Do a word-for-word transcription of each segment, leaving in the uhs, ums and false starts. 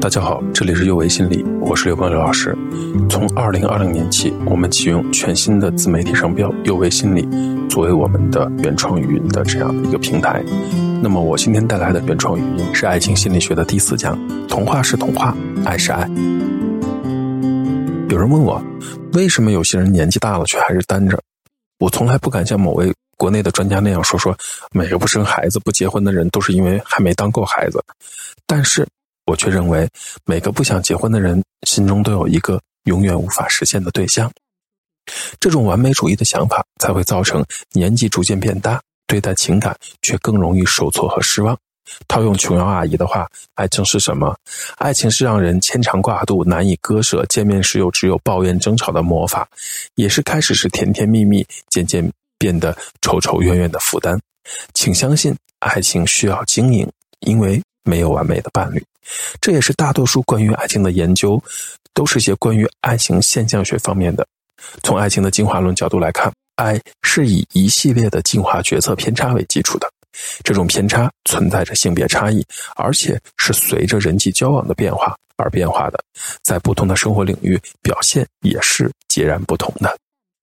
大家好，这里是幼为心理，我是刘光刘老师。从二零二零年起，我们启用全新的自媒体商标幼为心理作为我们的原创语音的这样的一个平台。那么我今天带来的原创语音是爱情心理学的第四讲，童话是童话，爱是爱。有人问我，为什么有些人年纪大了却还是单着？我从来不敢像某位国内的专家那样说说每个不生孩子不结婚的人都是因为还没当够孩子，但是我却认为每个不想结婚的人心中都有一个永远无法实现的对象。这种完美主义的想法才会造成年纪逐渐变大，对待情感却更容易受挫和失望。套用琼瑶阿姨的话，爱情是什么？爱情是让人牵肠挂肚，难以割舍，见面时又只有抱怨争吵的魔法，也是开始时甜甜蜜蜜，渐渐变得愁愁怨怨的负担。请相信，爱情需要经营，因为没有完美的伴侣。这也是大多数关于爱情的研究都是些关于爱情现象学方面的。从爱情的进化论角度来看，爱是以一系列的进化决策偏差为基础的。这种偏差存在着性别差异，而且是随着人际交往的变化而变化的，在不同的生活领域表现也是截然不同的。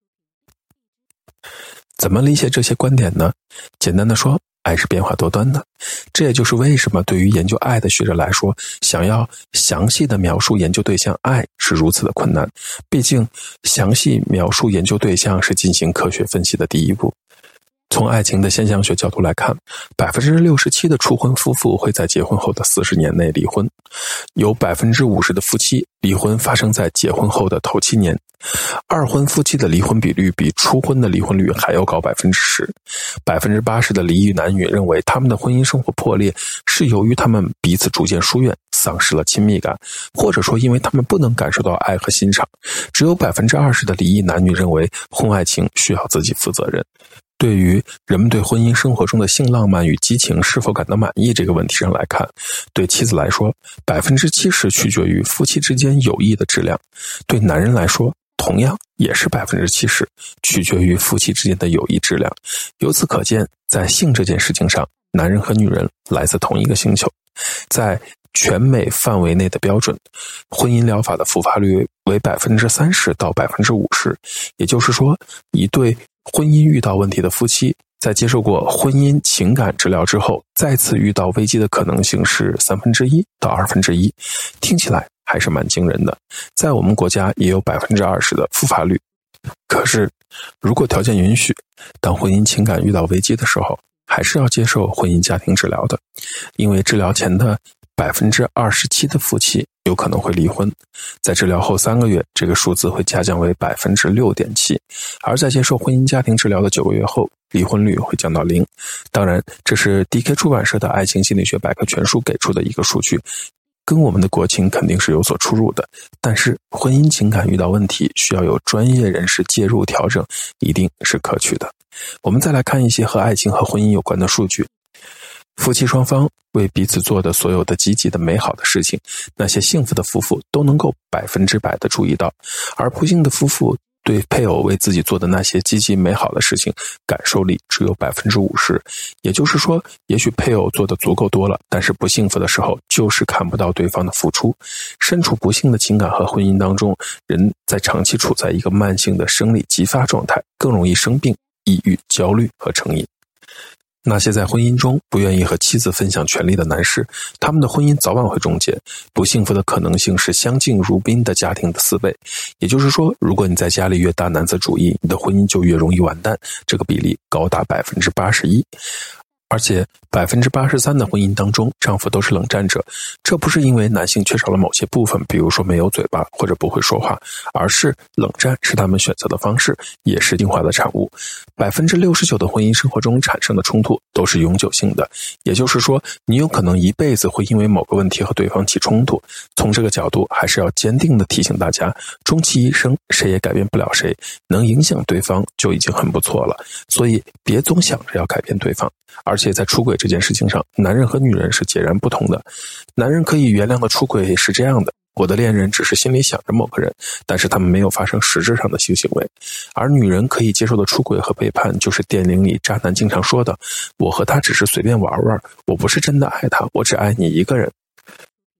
怎么理解这些观点呢？简单的说，爱是变化多端的。这也就是为什么对于研究爱的学者来说，想要详细的描述研究对象爱是如此的困难。毕竟详细描述研究对象是进行科学分析的第一步。从爱情的现象学角度来看， 百分之六十七 的初婚夫妇会在结婚后的四十年内离婚，有 百分之五十 的夫妻离婚发生在结婚后的头七年。二婚夫妻的离婚比率比初婚的离婚率还要高 百分之十。 百分之八十 的离异男女认为他们的婚姻生活破裂是由于他们彼此逐渐疏远，丧失了亲密感，或者说因为他们不能感受到爱和欣赏。只有 百分之二十 的离异男女认为婚外情需要自己负责任。对于人们对婚姻生活中的性浪漫与激情是否感到满意这个问题上来看，对妻子来说 百分之七十 取决于夫妻之间友谊的质量，对男人来说同样也是 百分之七十 取决于夫妻之间的友谊质量。由此可见，在性这件事情上，男人和女人来自同一个星球。在全美范围内的标准，婚姻疗法的复发率为 百分之三十 到 百分之五十， 也就是说，一对婚姻遇到问题的夫妻在接受过婚姻情感治疗之后，再次遇到危机的可能性是三分之一到二分之一，听起来还是蛮惊人的。在我们国家也有 百分之二十 的复发率。可是如果条件允许，当婚姻情感遇到危机的时候，还是要接受婚姻家庭治疗的，因为治疗前的 百分之二十七 的夫妻有可能会离婚，在治疗后三个月，这个数字会下降为 百分之六点七， 而在接受婚姻家庭治疗的九个月后，离婚率会降到零。当然，这是 D K 出版社的爱情心理学百科全书给出的一个数据，跟我们的国情肯定是有所出入的，但是婚姻情感遇到问题需要有专业人士介入调整，一定是可取的。我们再来看一些和爱情和婚姻有关的数据。夫妻双方为彼此做的所有的积极的美好的事情，那些幸福的夫妇都能够百分之百的注意到，而不幸的夫妇对配偶为自己做的那些积极美好的事情感受力只有 百分之五十。 也就是说，也许配偶做的足够多了，但是不幸福的时候就是看不到对方的付出。身处不幸的情感和婚姻当中，人在长期处在一个慢性的生理激发状态，更容易生病、抑郁、焦虑和成瘾。那些在婚姻中不愿意和妻子分享权利的男士，他们的婚姻早晚会终结，不幸福的可能性是相敬如宾的家庭的四倍。也就是说，如果你在家里越大男子主义，你的婚姻就越容易完蛋，这个比例高达 百分之八十一。而且 百分之八十三 的婚姻当中，丈夫都是冷战者，这不是因为男性缺少了某些部分，比如说没有嘴巴或者不会说话，而是冷战是他们选择的方式，也是进化的产物。 百分之六十九 的婚姻生活中产生的冲突都是永久性的，也就是说，你有可能一辈子会因为某个问题和对方起冲突。从这个角度，还是要坚定地提醒大家，终其一生谁也改变不了谁，能影响对方就已经很不错了，所以别总想着要改变对方。而且在出轨这件事情上，男人和女人是截然不同的。男人可以原谅的出轨是这样的，我的恋人只是心里想着某个人，但是他们没有发生实质上的性行为。而女人可以接受的出轨和背叛，就是电影里渣男经常说的，我和他只是随便玩玩，我不是真的爱他，我只爱你一个人。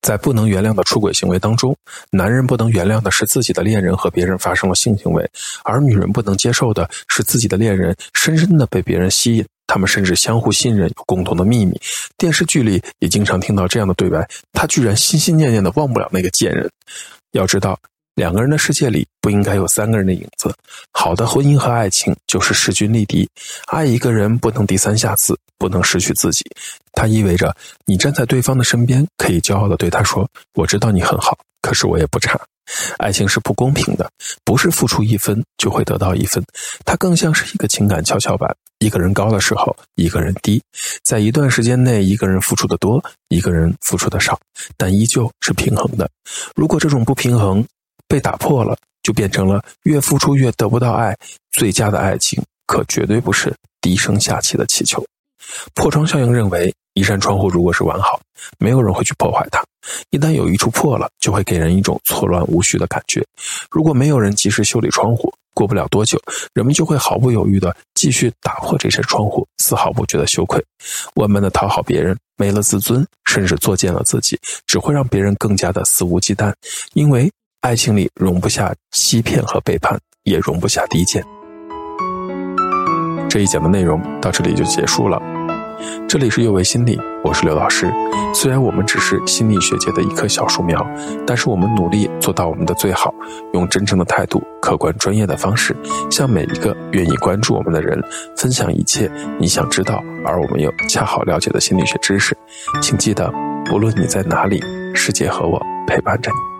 在不能原谅的出轨行为当中，男人不能原谅的是自己的恋人和别人发生了性行为，而女人不能接受的是自己的恋人深深的被别人吸引，他们甚至相互信任，有共同的秘密。电视剧里也经常听到这样的对白，他居然心心念念的忘不了那个贱人。要知道，两个人的世界里不应该有三个人的影子。好的婚姻和爱情就是势均力敌，爱一个人不能低三下四，不能失去自己。它意味着你站在对方的身边，可以骄傲地对他说，我知道你很好，可是我也不差。爱情是不公平的，不是付出一分就会得到一分，它更像是一个情感跷跷板，一个人高的时候，一个人低，在一段时间内，一个人付出的多，一个人付出的少，但依旧是平衡的。如果这种不平衡被打破了，就变成了越付出越得不到爱，最佳的爱情可绝对不是低声下气的祈求。破窗效应认为，一扇窗户如果是完好，没有人会去破坏它，一旦有一处破了，就会给人一种错乱无序的感觉。如果没有人及时修理窗户，过不了多久，人们就会毫不犹豫地继续打破这扇窗户，丝毫不觉得羞愧。万般的讨好别人，没了自尊，甚至作践了自己，只会让别人更加的肆无忌惮。因为爱情里容不下欺骗和背叛，也容不下低贱。这一讲的内容到这里就结束了。这里是幼为心理，我是刘老师。虽然我们只是心理学界的一棵小树苗，但是我们努力做到我们的最好，用真诚的态度、客观专业的方式，向每一个愿意关注我们的人分享一切你想知道而我们又恰好了解的心理学知识。请记得，不论你在哪里，世界和我陪伴着你。